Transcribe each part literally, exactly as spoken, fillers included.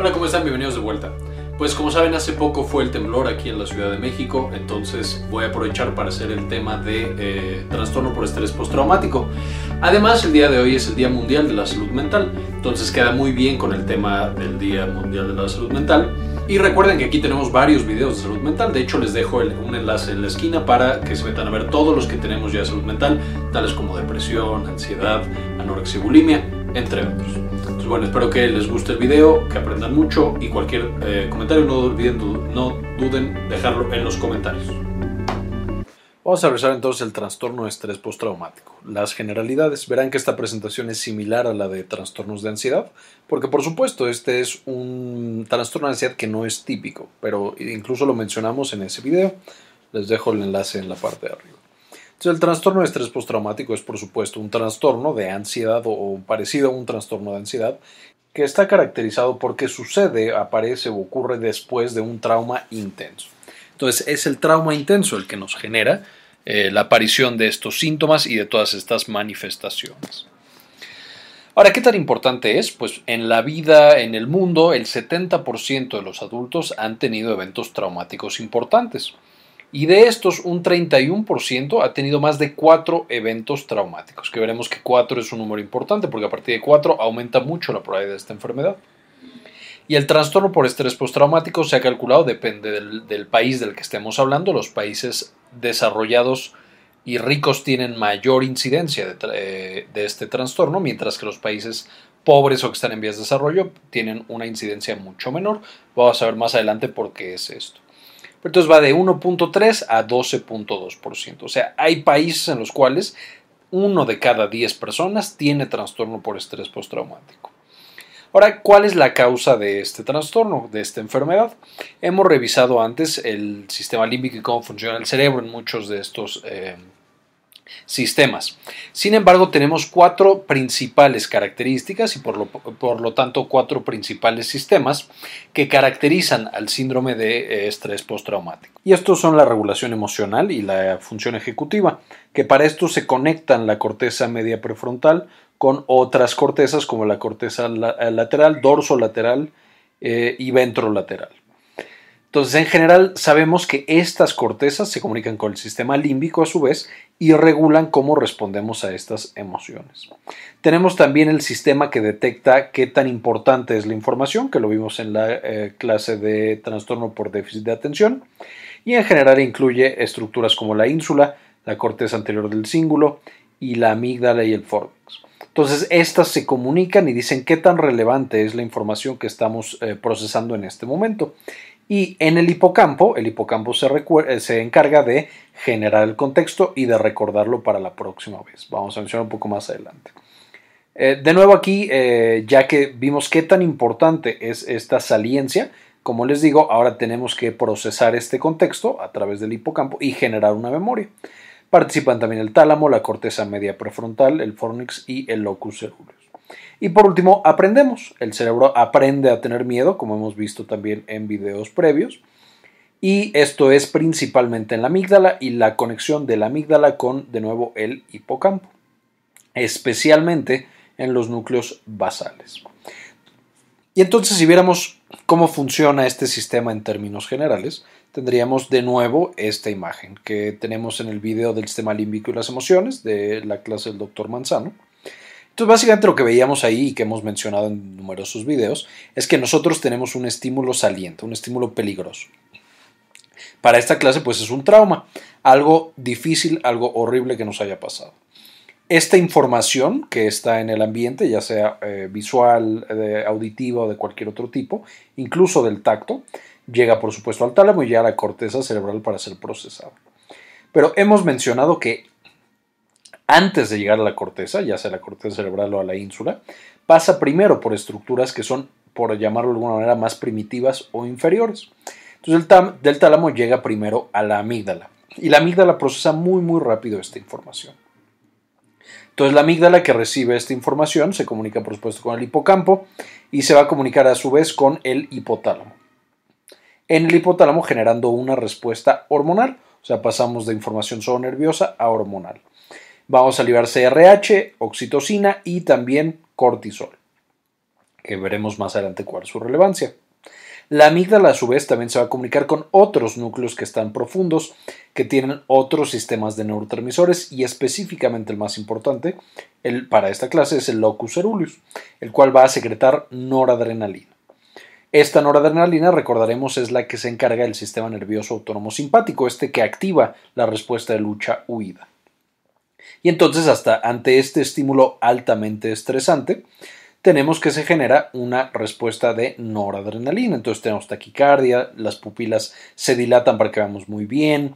Hola, ¿cómo están? Bienvenidos de vuelta. Pues como saben, hace poco fue el temblor aquí en la Ciudad de México, entonces voy a aprovechar para hacer el tema de eh, trastorno por estrés postraumático. Además, el día de hoy es el Día Mundial de la Salud Mental, entonces queda muy bien con el tema del Día Mundial de la Salud Mental. Y recuerden que aquí tenemos varios videos de salud mental, de hecho les dejo el, un enlace en la esquina para que se metan a ver todos los que tenemos ya de salud mental, tales como depresión, ansiedad, anorexia y bulimia, entre otros. Entonces, bueno, espero que les guste el video, que aprendan mucho y cualquier eh, comentario no olviden, no duden dejarlo en los comentarios. Vamos a revisar entonces el trastorno de estrés postraumático. Las generalidades. Verán que esta presentación es similar a la de trastornos de ansiedad, porque por supuesto este es un trastorno de ansiedad que no es típico, pero incluso lo mencionamos en ese video. Les dejo el enlace en la parte de arriba. Entonces, el trastorno de estrés postraumático es por supuesto un trastorno de ansiedad o parecido a un trastorno de ansiedad que está caracterizado porque sucede, aparece o ocurre después de un trauma intenso. Entonces es el trauma intenso el que nos genera eh, la aparición de estos síntomas y de todas estas manifestaciones. Ahora, ¿qué tan importante es? Pues en la vida, en el mundo, el setenta por ciento de los adultos han tenido eventos traumáticos importantes. Y de estos, un treinta y uno por ciento ha tenido más de cuatro eventos traumáticos, que veremos que cuatro es un número importante porque a partir de cuatro aumenta mucho la probabilidad de esta enfermedad. Y el trastorno por estrés postraumático se ha calculado, depende del, del país del que estemos hablando. Los países desarrollados y ricos tienen mayor incidencia de, eh, de este trastorno, mientras que los países pobres o que están en vías de desarrollo tienen una incidencia mucho menor. Vamos a ver más adelante por qué es esto. Entonces va de uno punto tres a doce punto dos por ciento. O sea, hay países en los cuales uno de cada diez personas tiene trastorno por estrés postraumático. Ahora, ¿cuál es la causa de este trastorno, de esta enfermedad? Hemos revisado antes el sistema límbico y cómo funciona el cerebro en muchos de estos eh, sistemas. Sin embargo, tenemos cuatro principales características y por lo, por lo tanto cuatro principales sistemas que caracterizan al síndrome de eh, estrés postraumático. Y estos son la regulación emocional y la función ejecutiva, que para esto se conectan la corteza media prefrontal con otras cortezas como la corteza lateral, dorsolateral eh, y ventrolateral. Entonces, en general, sabemos que estas cortezas se comunican con el sistema límbico a su vez y regulan cómo respondemos a estas emociones. Tenemos también el sistema que detecta qué tan importante es la información, que lo vimos en la eh, clase de trastorno por déficit de atención, y en general incluye estructuras como la ínsula, la corteza anterior del cíngulo y la amígdala y el fórnix. Entonces, estas se comunican y dicen qué tan relevante es la información que estamos eh, procesando en este momento. Y en el hipocampo, el hipocampo se, se encarga de generar el contexto y de recordarlo para la próxima vez. Vamos a mencionar un poco más adelante. Eh, de nuevo aquí, eh, ya que vimos qué tan importante es esta saliencia, como les digo, ahora tenemos que procesar este contexto a través del hipocampo y generar una memoria. Participan también el tálamo, la corteza media prefrontal, el fórnix y el locus ceruleus. Y por último, aprendemos. El cerebro aprende a tener miedo, como hemos visto también en videos previos. Y esto es principalmente en la amígdala y la conexión de la amígdala con, de nuevo, el hipocampo. Especialmente en los núcleos basales. Y entonces, si viéramos cómo funciona este sistema en términos generales, tendríamos de nuevo esta imagen que tenemos en el video del sistema límbico y las emociones de la clase del doctor Manzano. Entonces, básicamente lo que veíamos ahí y que hemos mencionado en numerosos videos es que nosotros tenemos un estímulo saliente, un estímulo peligroso. Para esta clase, pues es un trauma, algo difícil, algo horrible que nos haya pasado. Esta información que está en el ambiente, ya sea eh, visual, eh, auditiva o de cualquier otro tipo, incluso del tacto, llega por supuesto al tálamo y ya a la corteza cerebral para ser procesado. Pero hemos mencionado que antes de llegar a la corteza, ya sea la corteza cerebral o a la ínsula, pasa primero por estructuras que son, por llamarlo de alguna manera, más primitivas o inferiores. Entonces, el del tálamo llega primero a la amígdala y la amígdala procesa muy muy rápido esta información. Entonces, la amígdala que recibe esta información se comunica por supuesto con el hipocampo y se va a comunicar a su vez con el hipotálamo. En el hipotálamo generando una respuesta hormonal, o sea, pasamos de información solo nerviosa a hormonal. Vamos a liberar C R H, oxitocina y también cortisol. que veremos más adelante cuál es su relevancia. La amígdala a su vez también se va a comunicar con otros núcleos que están profundos, que tienen otros sistemas de neurotransmisores y específicamente el más importante el, para esta clase es el locus coeruleus, el cual va a secretar noradrenalina. Esta noradrenalina, recordaremos, es la que se encarga del sistema nervioso autónomo simpático, este que activa la respuesta de lucha-huida. Y entonces, hasta ante este estímulo altamente estresante, tenemos que se genera una respuesta de noradrenalina. Entonces tenemos taquicardia, las pupilas se dilatan para que veamos muy bien,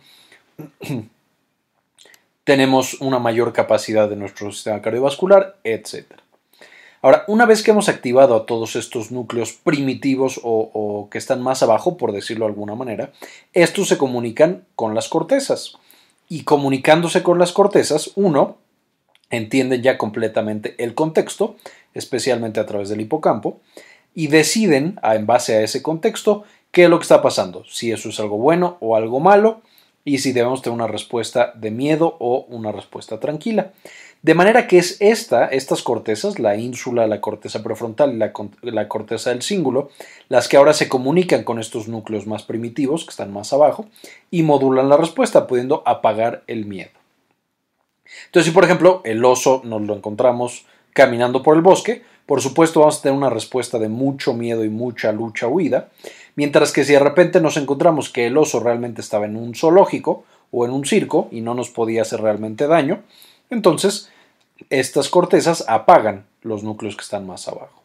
tenemos una mayor capacidad de nuestro sistema cardiovascular, etcétera. Ahora, una vez que hemos activado a todos estos núcleos primitivos o, o que están más abajo, por decirlo de alguna manera, estos se comunican con las cortezas. Y comunicándose con las cortezas, uno entiende ya completamente el contexto, especialmente a través del hipocampo, y deciden, en base a ese contexto, qué es lo que está pasando, si eso es algo bueno o algo malo, y si debemos tener una respuesta de miedo o una respuesta tranquila. De manera que es esta, estas cortezas, la ínsula, la corteza prefrontal y la, la corteza del cíngulo, las que ahora se comunican con estos núcleos más primitivos, que están más abajo, y modulan la respuesta, pudiendo apagar el miedo. Entonces, si por ejemplo el oso nos lo encontramos caminando por el bosque, por supuesto vamos a tener una respuesta de mucho miedo y mucha lucha huida, mientras que si de repente nos encontramos que el oso realmente estaba en un zoológico o en un circo y no nos podía hacer realmente daño, entonces estas cortezas apagan los núcleos que están más abajo.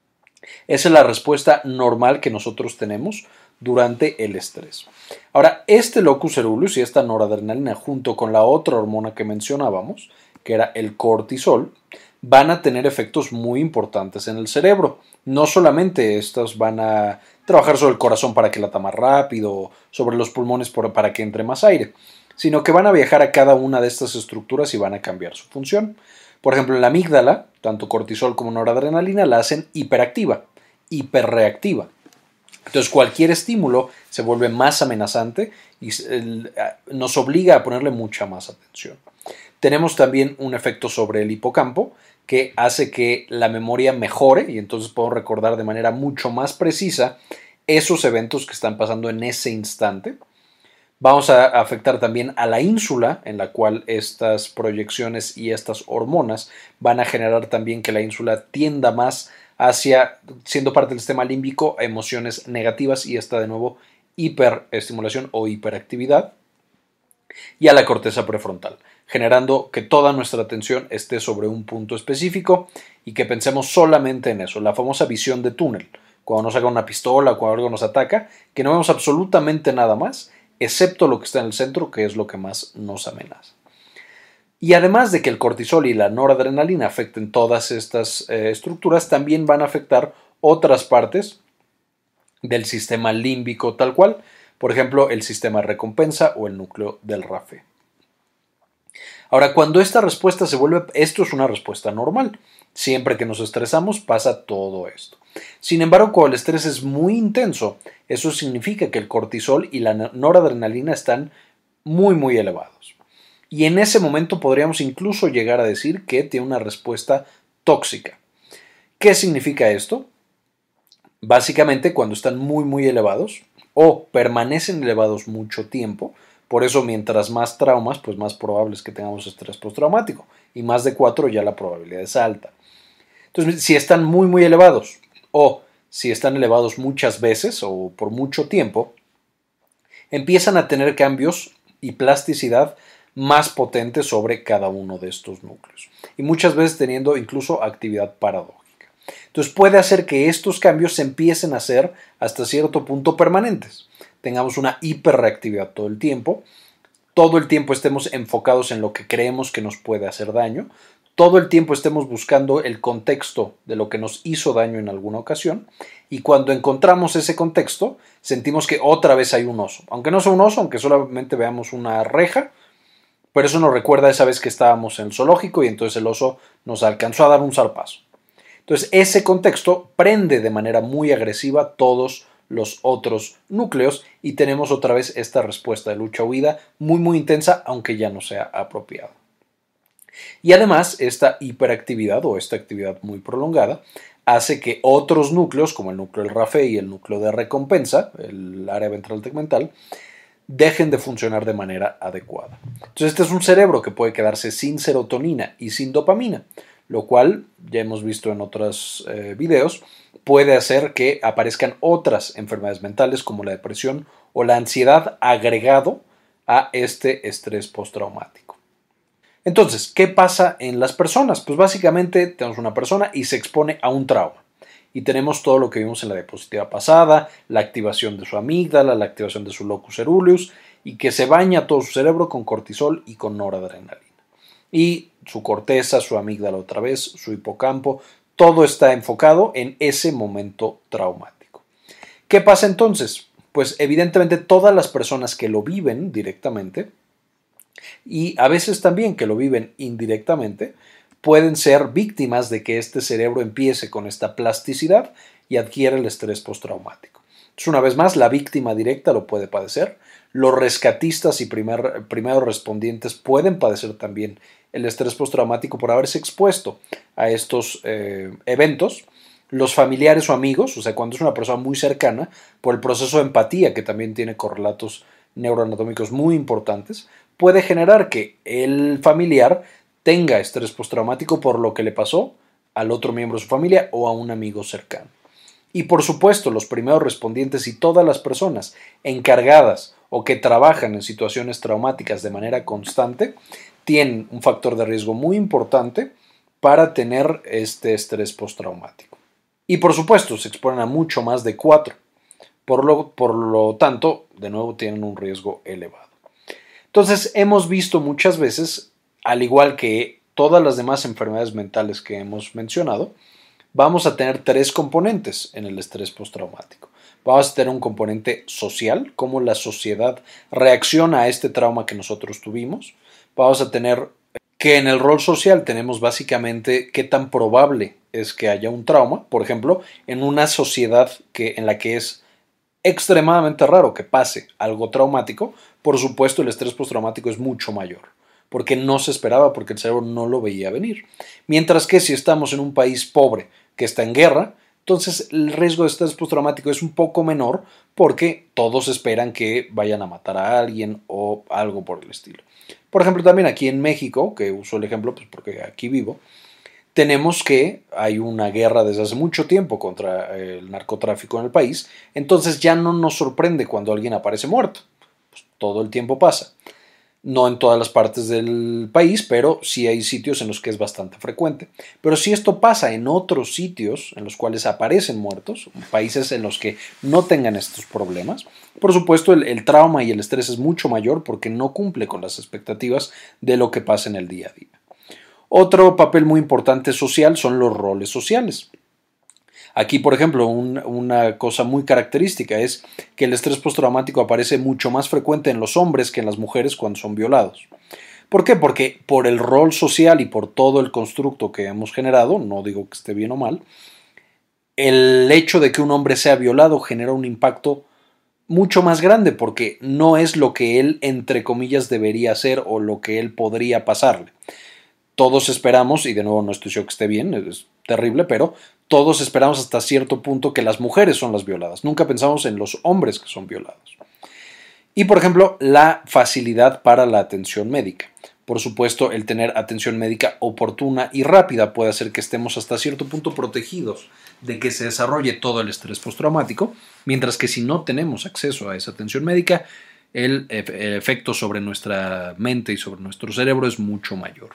Esa es la respuesta normal que nosotros tenemos durante el estrés. Ahora, este locus coeruleus y esta noradrenalina junto con la otra hormona que mencionábamos, que era el cortisol, van a tener efectos muy importantes en el cerebro. No solamente estos van a trabajar sobre el corazón para que lata más rápido, sobre los pulmones para que entre más aire, sino que van a viajar a cada una de estas estructuras y van a cambiar su función. Por ejemplo, en la amígdala, tanto cortisol como noradrenalina la hacen hiperactiva, hiperreactiva. Entonces, cualquier estímulo se vuelve más amenazante y nos obliga a ponerle mucha más atención. Tenemos también un efecto sobre el hipocampo que hace que la memoria mejore y entonces podemos recordar de manera mucho más precisa esos eventos que están pasando en ese instante. Vamos a afectar también a la ínsula, en la cual estas proyecciones y estas hormonas van a generar también que la ínsula tienda más hacia, siendo parte del sistema límbico, a emociones negativas y esta de nuevo hiperestimulación o hiperactividad, y a la corteza prefrontal, generando que toda nuestra atención esté sobre un punto específico y que pensemos solamente en eso, la famosa visión de túnel, cuando nos saca una pistola o cuando algo nos ataca, que no vemos absolutamente nada más, excepto lo que está en el centro, que es lo que más nos amenaza. Y además de que el cortisol y la noradrenalina afecten todas estas eh, estructuras, también van a afectar otras partes del sistema límbico tal cual, por ejemplo, el sistema de recompensa o el núcleo del R A F E. Ahora, cuando esta respuesta se vuelve, esto es una respuesta normal. Siempre que nos estresamos pasa todo esto. Sin embargo, cuando el estrés es muy intenso, eso significa que el cortisol y la noradrenalina están muy, muy elevados. Y en ese momento podríamos incluso llegar a decir que tiene una respuesta tóxica. ¿Qué significa esto? Básicamente, cuando están muy, muy elevados o permanecen elevados mucho tiempo, por eso mientras más traumas, pues más probable es que tengamos estrés postraumático. Y más de cuatro ya la probabilidad es alta. Entonces, si están muy, muy elevados o si están elevados muchas veces o por mucho tiempo, empiezan a tener cambios y plasticidad más potentes sobre cada uno de estos núcleos. Y muchas veces teniendo incluso actividad paradójica. Entonces puede hacer que estos cambios se empiecen a hacer hasta cierto punto permanentes. Tengamos una hiperreactividad todo el tiempo, todo el tiempo estemos enfocados en lo que creemos que nos puede hacer daño, todo el tiempo estemos buscando el contexto de lo que nos hizo daño en alguna ocasión y cuando encontramos ese contexto sentimos que otra vez hay un oso. Aunque no sea un oso, aunque solamente veamos una reja, pero eso nos recuerda esa vez que estábamos en el zoológico y entonces el oso nos alcanzó a dar un zarpazo. Entonces ese contexto prende de manera muy agresiva todos los otros núcleos y tenemos otra vez esta respuesta de lucha-huida muy muy intensa, aunque ya no sea apropiada. Y además, esta hiperactividad o esta actividad muy prolongada hace que otros núcleos, como el núcleo del RAFE y el núcleo de recompensa, el área ventral tegmental, dejen de funcionar de manera adecuada. Entonces, este es un cerebro que puede quedarse sin serotonina y sin dopamina, lo cual, ya hemos visto en otros eh, videos, puede hacer que aparezcan otras enfermedades mentales como la depresión o la ansiedad agregado a este estrés postraumático. Entonces, ¿qué pasa en las personas? Pues básicamente tenemos una persona y se expone a un trauma. Y tenemos todo lo que vimos en la diapositiva pasada, la activación de su amígdala, la activación de su locus coeruleus, y que se baña todo su cerebro con cortisol y con noradrenalina. Y su corteza, su amígdala otra vez, su hipocampo, todo está enfocado en ese momento traumático. ¿Qué pasa entonces? Pues evidentemente todas las personas que lo viven directamente, y a veces también que lo viven indirectamente, pueden ser víctimas de que este cerebro empiece con esta plasticidad y adquiere el estrés postraumático. Entonces, una vez más, la víctima directa lo puede padecer. Los rescatistas y primer, primeros respondientes pueden padecer también el estrés postraumático por haberse expuesto a estos eh, eventos. Los familiares o amigos, o sea, cuando es una persona muy cercana, por el proceso de empatía, que también tiene correlatos neuroanatómicos muy importantes, puede generar que el familiar tenga estrés postraumático por lo que le pasó al otro miembro de su familia o a un amigo cercano. Y por supuesto, los primeros respondientes y todas las personas encargadas o que trabajan en situaciones traumáticas de manera constante tienen un factor de riesgo muy importante para tener este estrés postraumático. Y por supuesto, se exponen a mucho más de cuatro. Por lo, por lo tanto, de nuevo tienen un riesgo elevado. Entonces, hemos visto muchas veces, al igual que todas las demás enfermedades mentales que hemos mencionado, vamos a tener tres componentes en el estrés postraumático. Vamos a tener un componente social, cómo la sociedad reacciona a este trauma que nosotros tuvimos. Vamos a tener que en el rol social tenemos básicamente qué tan probable es que haya un trauma. Por ejemplo, en una sociedad que, en la que es extremadamente raro que pase algo traumático, por supuesto el estrés postraumático es mucho mayor, porque no se esperaba, porque el cerebro no lo veía venir. Mientras que si estamos en un país pobre que está en guerra, entonces el riesgo de estrés postraumático es un poco menor porque todos esperan que vayan a matar a alguien o algo por el estilo. Por ejemplo, también aquí en México, que uso el ejemplo pues porque aquí vivo, tenemos que hay una guerra desde hace mucho tiempo contra el narcotráfico en el país, entonces ya no nos sorprende cuando alguien aparece muerto. Pues todo el tiempo pasa. No en todas las partes del país, pero sí hay sitios en los que es bastante frecuente. Pero si esto pasa en otros sitios en los cuales aparecen muertos, países en los que no tengan estos problemas, por supuesto el, el trauma y el estrés es mucho mayor porque no cumple con las expectativas de lo que pasa en el día a día. Otro papel muy importante social son los roles sociales. Aquí, por ejemplo, un, una cosa muy característica es que el estrés postraumático aparece mucho más frecuente en los hombres que en las mujeres cuando son violados. ¿Por qué? Porque por el rol social y por todo el constructo que hemos generado, no digo que esté bien o mal, el hecho de que un hombre sea violado genera un impacto mucho más grande porque no es lo que él, entre comillas, debería hacer o lo que él podría pasarle. Todos esperamos, y de nuevo no estoy seguro que esté bien, es terrible, pero todos esperamos hasta cierto punto que las mujeres son las violadas. Nunca pensamos en los hombres que son violados. Y, por ejemplo, la facilidad para la atención médica. Por supuesto, el tener atención médica oportuna y rápida puede hacer que estemos hasta cierto punto protegidos de que se desarrolle todo el estrés postraumático, mientras que si no tenemos acceso a esa atención médica, el, el efecto sobre nuestra mente y sobre nuestro cerebro es mucho mayor.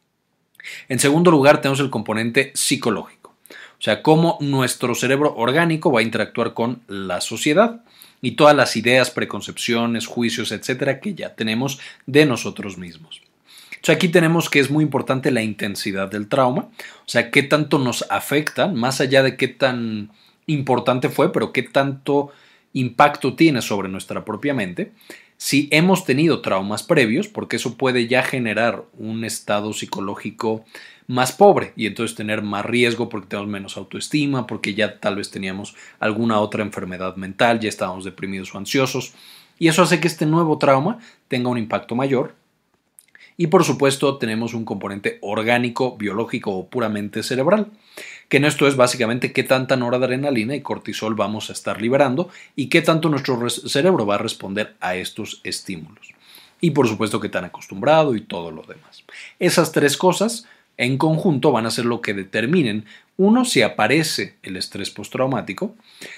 En segundo lugar, tenemos el componente psicológico, o sea, cómo nuestro cerebro orgánico va a interactuar con la sociedad y todas las ideas, preconcepciones, juicios, etcétera, que ya tenemos de nosotros mismos. Entonces, aquí tenemos que es muy importante la intensidad del trauma, o sea, qué tanto nos afecta, más allá de qué tan importante fue, pero qué tanto impacto tiene sobre nuestra propia mente. Si hemos tenido traumas previos, porque eso puede ya generar un estado psicológico más pobre y entonces tener más riesgo porque tenemos menos autoestima, porque ya tal vez teníamos alguna otra enfermedad mental, ya estábamos deprimidos o ansiosos, y eso hace que este nuevo trauma tenga un impacto mayor Y por supuesto tenemos un componente orgánico, biológico o puramente cerebral, que en esto es básicamente qué tanta noradrenalina y cortisol vamos a estar liberando y qué tanto nuestro cerebro va a responder a estos estímulos. Y por supuesto qué tan acostumbrado y todo lo demás. Esas tres cosas en conjunto van a ser lo que determinen, uno, si aparece el estrés postraumático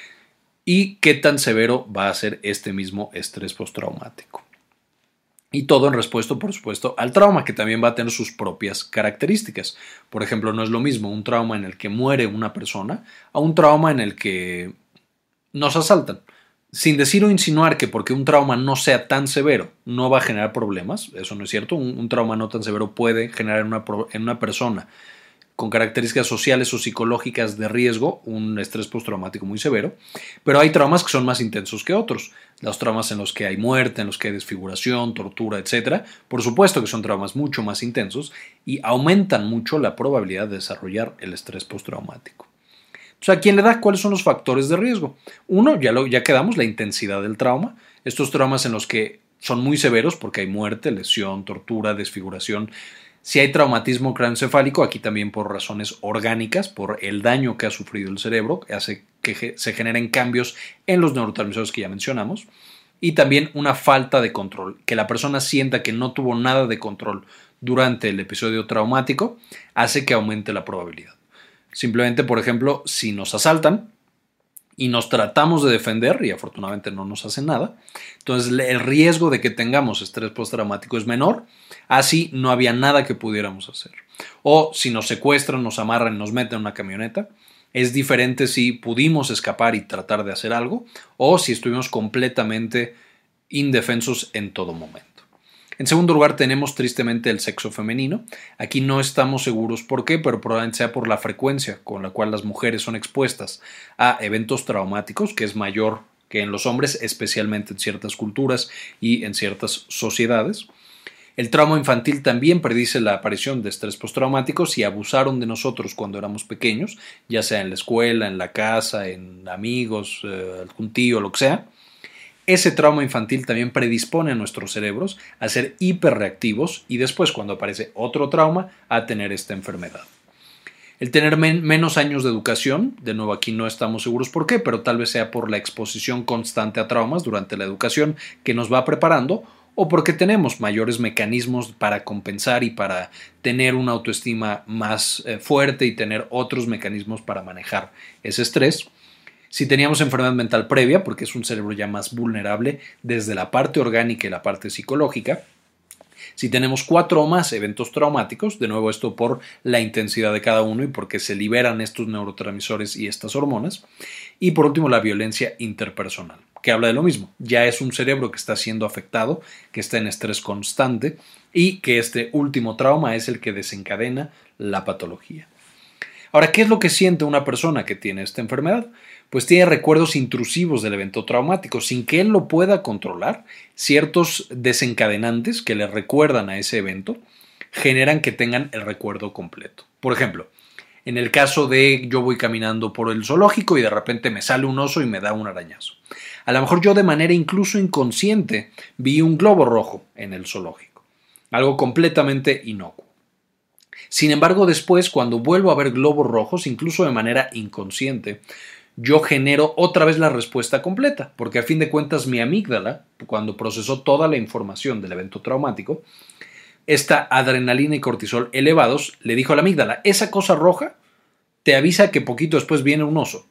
y qué tan severo va a ser este mismo estrés postraumático. Y todo en respuesta, por supuesto, al trauma, que también va a tener sus propias características. Por ejemplo, no es lo mismo un trauma en el que muere una persona a un trauma en el que nos asaltan. Sin decir o insinuar que porque un trauma no sea tan severo no va a generar problemas, eso no es cierto. Un, un trauma no tan severo puede generar en una, en una persona con características sociales o psicológicas de riesgo un estrés postraumático muy severo, pero hay traumas que son más intensos que otros. Los traumas en los que hay muerte, en los que hay desfiguración, tortura, etcétera, por supuesto que son traumas mucho más intensos y aumentan mucho la probabilidad de desarrollar el estrés postraumático. Entonces, ¿a quién le da? ¿Cuáles son los factores de riesgo? Uno, ya, lo, ya quedamos, la intensidad del trauma. Estos traumas en los que son muy severos porque hay muerte, lesión, tortura, desfiguración. Si hay traumatismo craneoencefálico, aquí también por razones orgánicas, por el daño que ha sufrido el cerebro, que hace que se generen cambios en los neurotransmisores que ya mencionamos. Y también una falta de control, que la persona sienta que no tuvo nada de control durante el episodio traumático, hace que aumente la probabilidad. Simplemente, por ejemplo, si nos asaltan y nos tratamos de defender y afortunadamente no nos hacen nada, entonces el riesgo de que tengamos estrés postraumático es menor, así no había nada que pudiéramos hacer. O si nos secuestran, nos amarran, nos meten en una camioneta, es diferente si pudimos escapar y tratar de hacer algo o si estuvimos completamente indefensos en todo momento. En segundo lugar tenemos tristemente el sexo femenino. Aquí no estamos seguros por qué, pero probablemente sea por la frecuencia con la cual las mujeres son expuestas a eventos traumáticos, que es mayor que en los hombres, especialmente en ciertas culturas y en ciertas sociedades. El trauma infantil también predice la aparición de estrés postraumático si abusaron de nosotros cuando éramos pequeños, ya sea en la escuela, en la casa, en amigos, eh, algún tío, lo que sea. Ese trauma infantil también predispone a nuestros cerebros a ser hiperreactivos y después, cuando aparece otro trauma, a tener esta enfermedad. El tener men- menos años de educación, de nuevo aquí no estamos seguros por qué, pero tal vez sea por la exposición constante a traumas durante la educación que nos va preparando o porque tenemos mayores mecanismos para compensar y para tener una autoestima más eh, fuerte y tener otros mecanismos para manejar ese estrés. Si teníamos enfermedad mental previa, porque es un cerebro ya más vulnerable desde la parte orgánica y la parte psicológica. Si tenemos cuatro o más eventos traumáticos, de nuevo esto por la intensidad de cada uno y porque se liberan estos neurotransmisores y estas hormonas. Y por último, la violencia interpersonal, que habla de lo mismo. Ya es un cerebro que está siendo afectado, que está en estrés constante y que este último trauma es el que desencadena la patología. Ahora, ¿qué es lo que siente una persona que tiene esta enfermedad? Pues tiene recuerdos intrusivos del evento traumático, sin que él lo pueda controlar. Ciertos desencadenantes que le recuerdan a ese evento generan que tengan el recuerdo completo. Por ejemplo, en el caso de yo voy caminando por el zoológico y de repente me sale un oso y me da un arañazo. A lo mejor yo de manera incluso inconsciente vi un globo rojo en el zoológico, algo completamente inocuo. Sin embargo, después, cuando vuelvo a ver globos rojos, incluso de manera inconsciente, yo genero otra vez la respuesta completa, porque a fin de cuentas mi amígdala, cuando procesó toda la información del evento traumático, esta adrenalina y cortisol elevados, le dijo a la amígdala, esa cosa roja te avisa que poquito después viene un oso.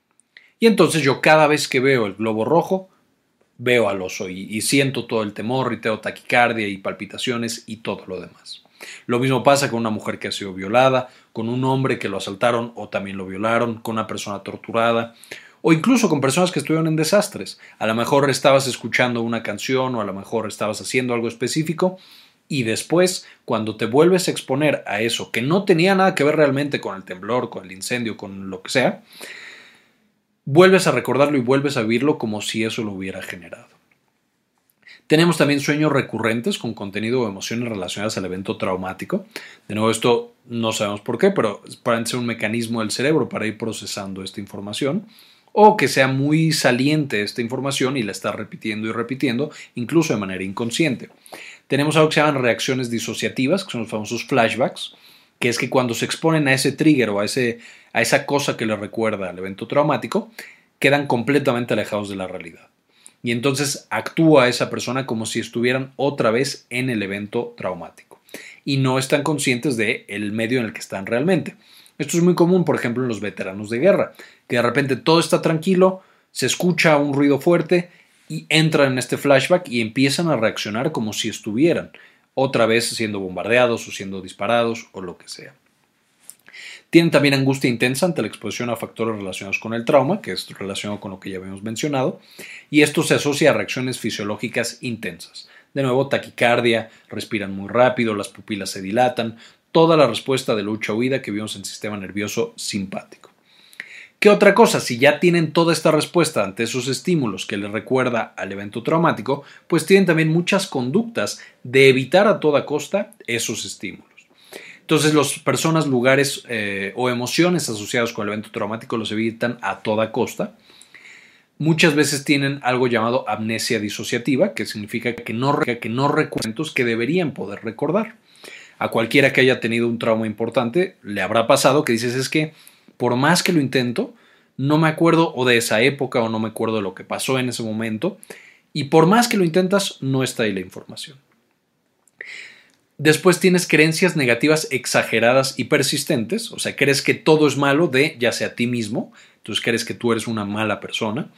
Y entonces yo cada vez que veo el globo rojo, veo al oso y, y siento todo el temor y tengo taquicardia y palpitaciones y todo lo demás. Lo mismo pasa con una mujer que ha sido violada, con un hombre que lo asaltaron o también lo violaron, con una persona torturada o incluso con personas que estuvieron en desastres. A lo mejor estabas escuchando una canción o a lo mejor estabas haciendo algo específico y después, cuando te vuelves a exponer a eso que no tenía nada que ver realmente con el temblor, con el incendio, con lo que sea, vuelves a recordarlo y vuelves a vivirlo como si eso lo hubiera generado. Tenemos también sueños recurrentes con contenido o emociones relacionadas al evento traumático. De nuevo, esto no sabemos por qué, pero puede ser un mecanismo del cerebro para ir procesando esta información o que sea muy saliente esta información y la está repitiendo y repitiendo, incluso de manera inconsciente. Tenemos algo que se llaman reacciones disociativas, que son los famosos flashbacks, que es que cuando se exponen a ese trigger o a, ese, a esa cosa que les recuerda al evento traumático, quedan completamente alejados de la realidad. Y entonces actúa esa persona como si estuvieran otra vez en el evento traumático y no están conscientes del medio en el que están realmente. Esto es muy común, por ejemplo, en los veteranos de guerra, que de repente todo está tranquilo, se escucha un ruido fuerte y entran en este flashback y empiezan a reaccionar como si estuvieran otra vez siendo bombardeados o siendo disparados o lo que sea. Tienen también angustia intensa ante la exposición a factores relacionados con el trauma, que es relacionado con lo que ya habíamos mencionado, y esto se asocia a reacciones fisiológicas intensas. De nuevo, taquicardia, respiran muy rápido, las pupilas se dilatan, toda la respuesta de lucha-huida que vimos en el sistema nervioso simpático. ¿Qué otra cosa? Si ya tienen toda esta respuesta ante esos estímulos que les recuerda al evento traumático, pues tienen también muchas conductas de evitar a toda costa esos estímulos. Entonces, las personas, lugares eh, o emociones asociados con el evento traumático los evitan a toda costa. Muchas veces tienen algo llamado amnesia disociativa, que significa que no, que no recuerdan eventos que deberían poder recordar. A cualquiera que haya tenido un trauma importante le habrá pasado que dices es que por más que lo intento, no me acuerdo o de esa época o no me acuerdo de lo que pasó en ese momento y por más que lo intentas, no está ahí la información. Después tienes creencias negativas exageradas y persistentes, o sea, crees que todo es malo de ya sea ti mismo, entonces crees que tú eres una mala persona,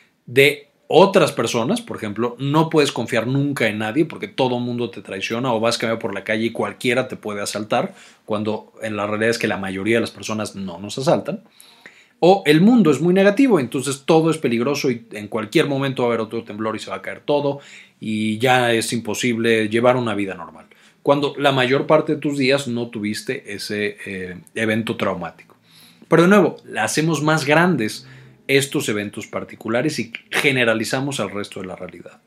de otras personas, por ejemplo, no puedes confiar nunca en nadie porque todo el mundo te traiciona o vas caminando por la calle y cualquiera te puede asaltar, cuando en la realidad es que la mayoría de las personas no nos asaltan. O el mundo es muy negativo, entonces todo es peligroso y en cualquier momento va a haber otro temblor y se va a caer todo y ya es imposible llevar una vida normal, cuando la mayor parte de tus días no tuviste ese eh, evento traumático. Pero de nuevo, hacemos más grandes estos eventos particulares y generalizamos al resto de la realidad.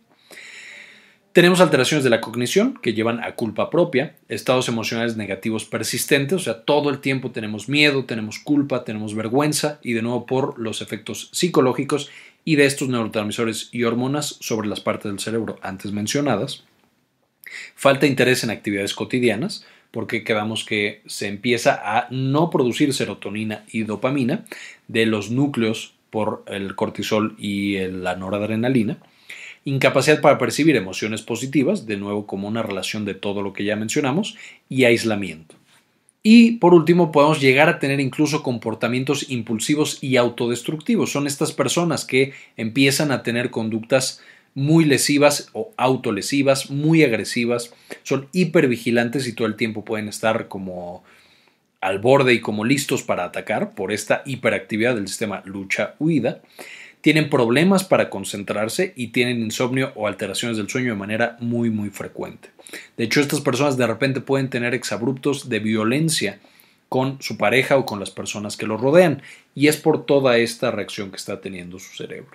Tenemos alteraciones de la cognición que llevan a culpa propia, estados emocionales negativos persistentes, o sea, todo el tiempo tenemos miedo, tenemos culpa, tenemos vergüenza y de nuevo por los efectos psicológicos y de estos neurotransmisores y hormonas sobre las partes del cerebro antes mencionadas. Falta interés en actividades cotidianas, porque quedamos que se empieza a no producir serotonina y dopamina de los núcleos por el cortisol y la noradrenalina. Incapacidad para percibir emociones positivas, de nuevo como una relación de todo lo que ya mencionamos, y aislamiento. Y por último podemos llegar a tener incluso comportamientos impulsivos y autodestructivos. Son estas personas que empiezan a tener conductas muy lesivas o autolesivas, muy agresivas, son hipervigilantes y todo el tiempo pueden estar como al borde y como listos para atacar por esta hiperactividad del sistema lucha-huida. Tienen problemas para concentrarse y tienen insomnio o alteraciones del sueño de manera muy muy frecuente. De hecho, estas personas de repente pueden tener exabruptos de violencia con su pareja o con las personas que los rodean y es por toda esta reacción que está teniendo su cerebro.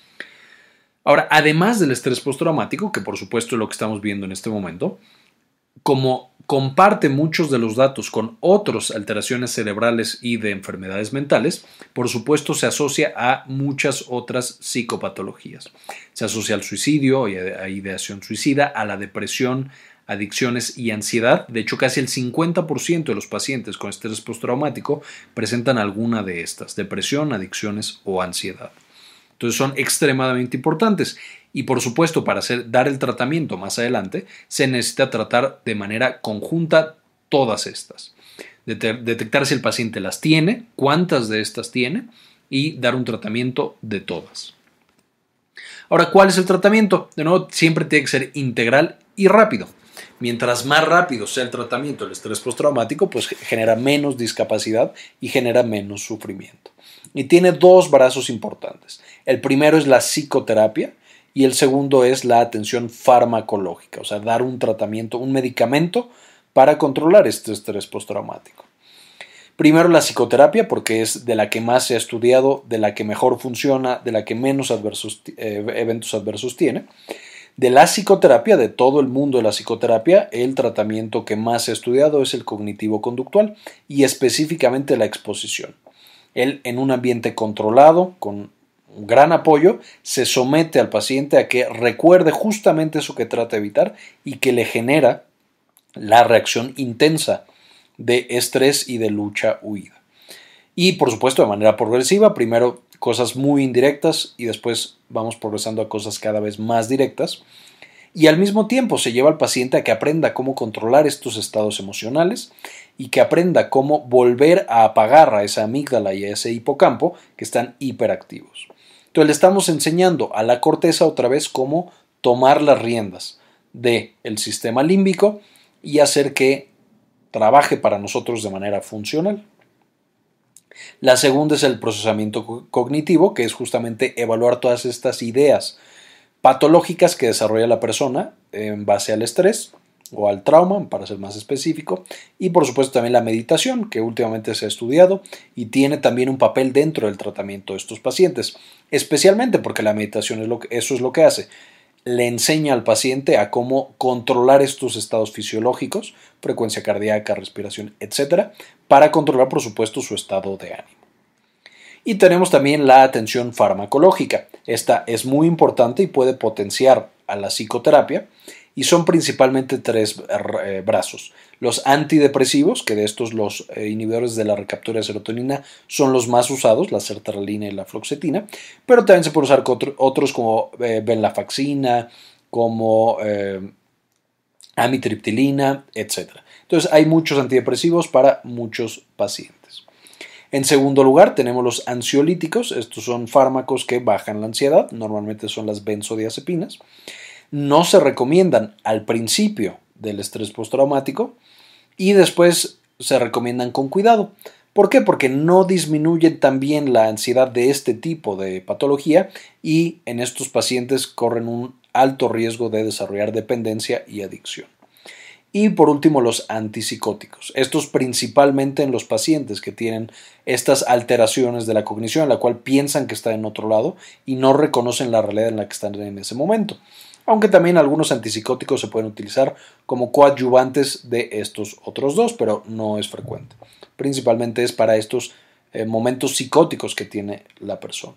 Ahora, además del estrés postraumático, que por supuesto es lo que estamos viendo en este momento, como comparte muchos de los datos con otras alteraciones cerebrales y de enfermedades mentales, por supuesto se asocia a muchas otras psicopatologías. Se asocia al suicidio y a ideación suicida, a la depresión, adicciones y ansiedad. De hecho, casi el cincuenta por ciento de los pacientes con estrés postraumático presentan alguna de estas, depresión, adicciones o ansiedad. Entonces son extremadamente importantes y por supuesto para hacer, dar el tratamiento más adelante se necesita tratar de manera conjunta todas estas. Detectar si el paciente las tiene, cuántas de estas tiene y dar un tratamiento de todas. Ahora, ¿cuál es el tratamiento? De nuevo, siempre tiene que ser integral y rápido. Mientras más rápido sea el tratamiento del estrés postraumático, pues genera menos discapacidad y genera menos sufrimiento. Y tiene dos brazos importantes. El primero es la psicoterapia y el segundo es la atención farmacológica, o sea, dar un tratamiento, un medicamento para controlar este estrés postraumático. Primero la psicoterapia, porque es de la que más se ha estudiado, de la que mejor funciona, de la que menos adversos, eh, eventos adversos tiene. De la psicoterapia, de todo el mundo de la psicoterapia, el tratamiento que más se ha estudiado es el cognitivo-conductual y específicamente la exposición. El, en un ambiente controlado, con un gran apoyo, se somete al paciente a que recuerde justamente eso que trata de evitar y que le genera la reacción intensa de estrés y de lucha-huida. Y por supuesto de manera progresiva, primero cosas muy indirectas y después vamos progresando a cosas cada vez más directas. Y al mismo tiempo se lleva al paciente a que aprenda cómo controlar estos estados emocionales y que aprenda cómo volver a apagar a esa amígdala y a ese hipocampo que están hiperactivos. Entonces le estamos enseñando a la corteza otra vez cómo tomar las riendas del sistema límbico y hacer que trabaje para nosotros de manera funcional. La segunda es el procesamiento cognitivo, que es justamente evaluar todas estas ideas patológicas que desarrolla la persona en base al estrés o al trauma, para ser más específico, y por supuesto también la meditación, que últimamente se ha estudiado y tiene también un papel dentro del tratamiento de estos pacientes, especialmente porque la meditación es lo que, eso es lo que hace. Le enseña al paciente a cómo controlar estos estados fisiológicos, frecuencia cardíaca, respiración, etcétera, para controlar, por supuesto, su estado de ánimo. Y tenemos también la atención farmacológica. Esta es muy importante y puede potenciar a la psicoterapia y son principalmente tres eh, brazos. Los antidepresivos, que de estos los eh, inhibidores de la recaptura de serotonina son los más usados, la sertralina y la fluoxetina, pero también se pueden usar otro, otros como eh, venlafaxina, como eh, amitriptilina, etcétera. Entonces hay muchos antidepresivos para muchos pacientes. En segundo lugar tenemos los ansiolíticos. Estos son fármacos que bajan la ansiedad, normalmente son las benzodiazepinas. No se recomiendan al principio del estrés postraumático y después se recomiendan con cuidado. ¿Por qué? Porque no disminuyen también la ansiedad de este tipo de patología y en estos pacientes corren un alto riesgo de desarrollar dependencia y adicción. Y por último, los antipsicóticos. Estos principalmente en los pacientes que tienen estas alteraciones de la cognición, en la cual piensan que están en otro lado y no reconocen la realidad en la que están en ese momento. Aunque también algunos antipsicóticos se pueden utilizar como coadyuvantes de estos otros dos, pero no es frecuente. Principalmente es para estos eh, momentos psicóticos que tiene la persona.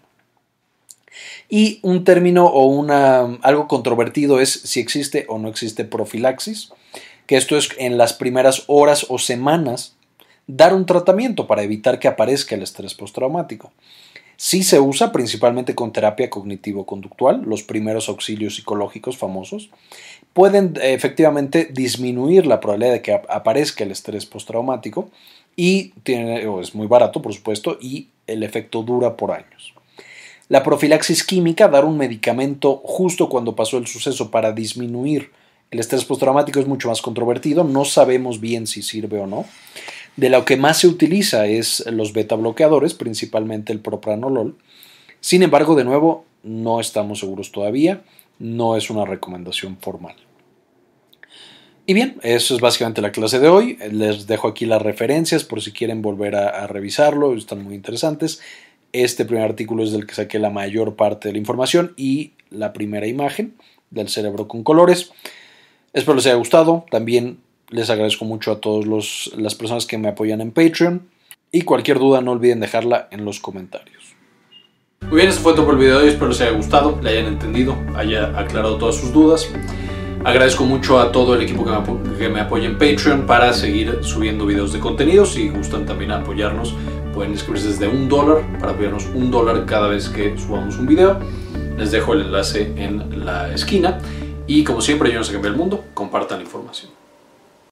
Y un término o una, algo controvertido es si existe o no existe profilaxis, que esto es en las primeras horas o semanas dar un tratamiento para evitar que aparezca el estrés postraumático. Sí se usa principalmente con terapia cognitivo-conductual, los primeros auxilios psicológicos famosos. Pueden efectivamente disminuir la probabilidad de que aparezca el estrés postraumático y tiene, es muy barato, por supuesto, y el efecto dura por años. La profilaxis química, dar un medicamento justo cuando pasó el suceso para disminuir el estrés postraumático, es mucho más controvertido, no sabemos bien si sirve o no. De lo que más se utiliza es los beta bloqueadores, principalmente el propranolol. Sin embargo, de nuevo, no estamos seguros todavía, no es una recomendación formal. Y bien, eso es básicamente la clase de hoy. Les dejo aquí las referencias por si quieren volver a, a revisarlo, están muy interesantes. Este primer artículo es del que saqué la mayor parte de la información y la primera imagen del cerebro con colores. Espero les haya gustado. También les agradezco mucho a todas las personas que me apoyan en Patreon. Y cualquier duda no olviden dejarla en los comentarios. Muy bien, este fue todo por el video de hoy. Espero les haya gustado, le hayan entendido, haya aclarado todas sus dudas. Agradezco mucho a todo el equipo que me, apo que me apoya en Patreon para seguir subiendo videos de contenido. Si gustan también apoyarnos, pueden inscribirse desde un dólar para apoyarnos un dólar cada vez que subamos un video. Les dejo el enlace en la esquina. Y como siempre, yo no sé qué ve el mundo, compartan la información.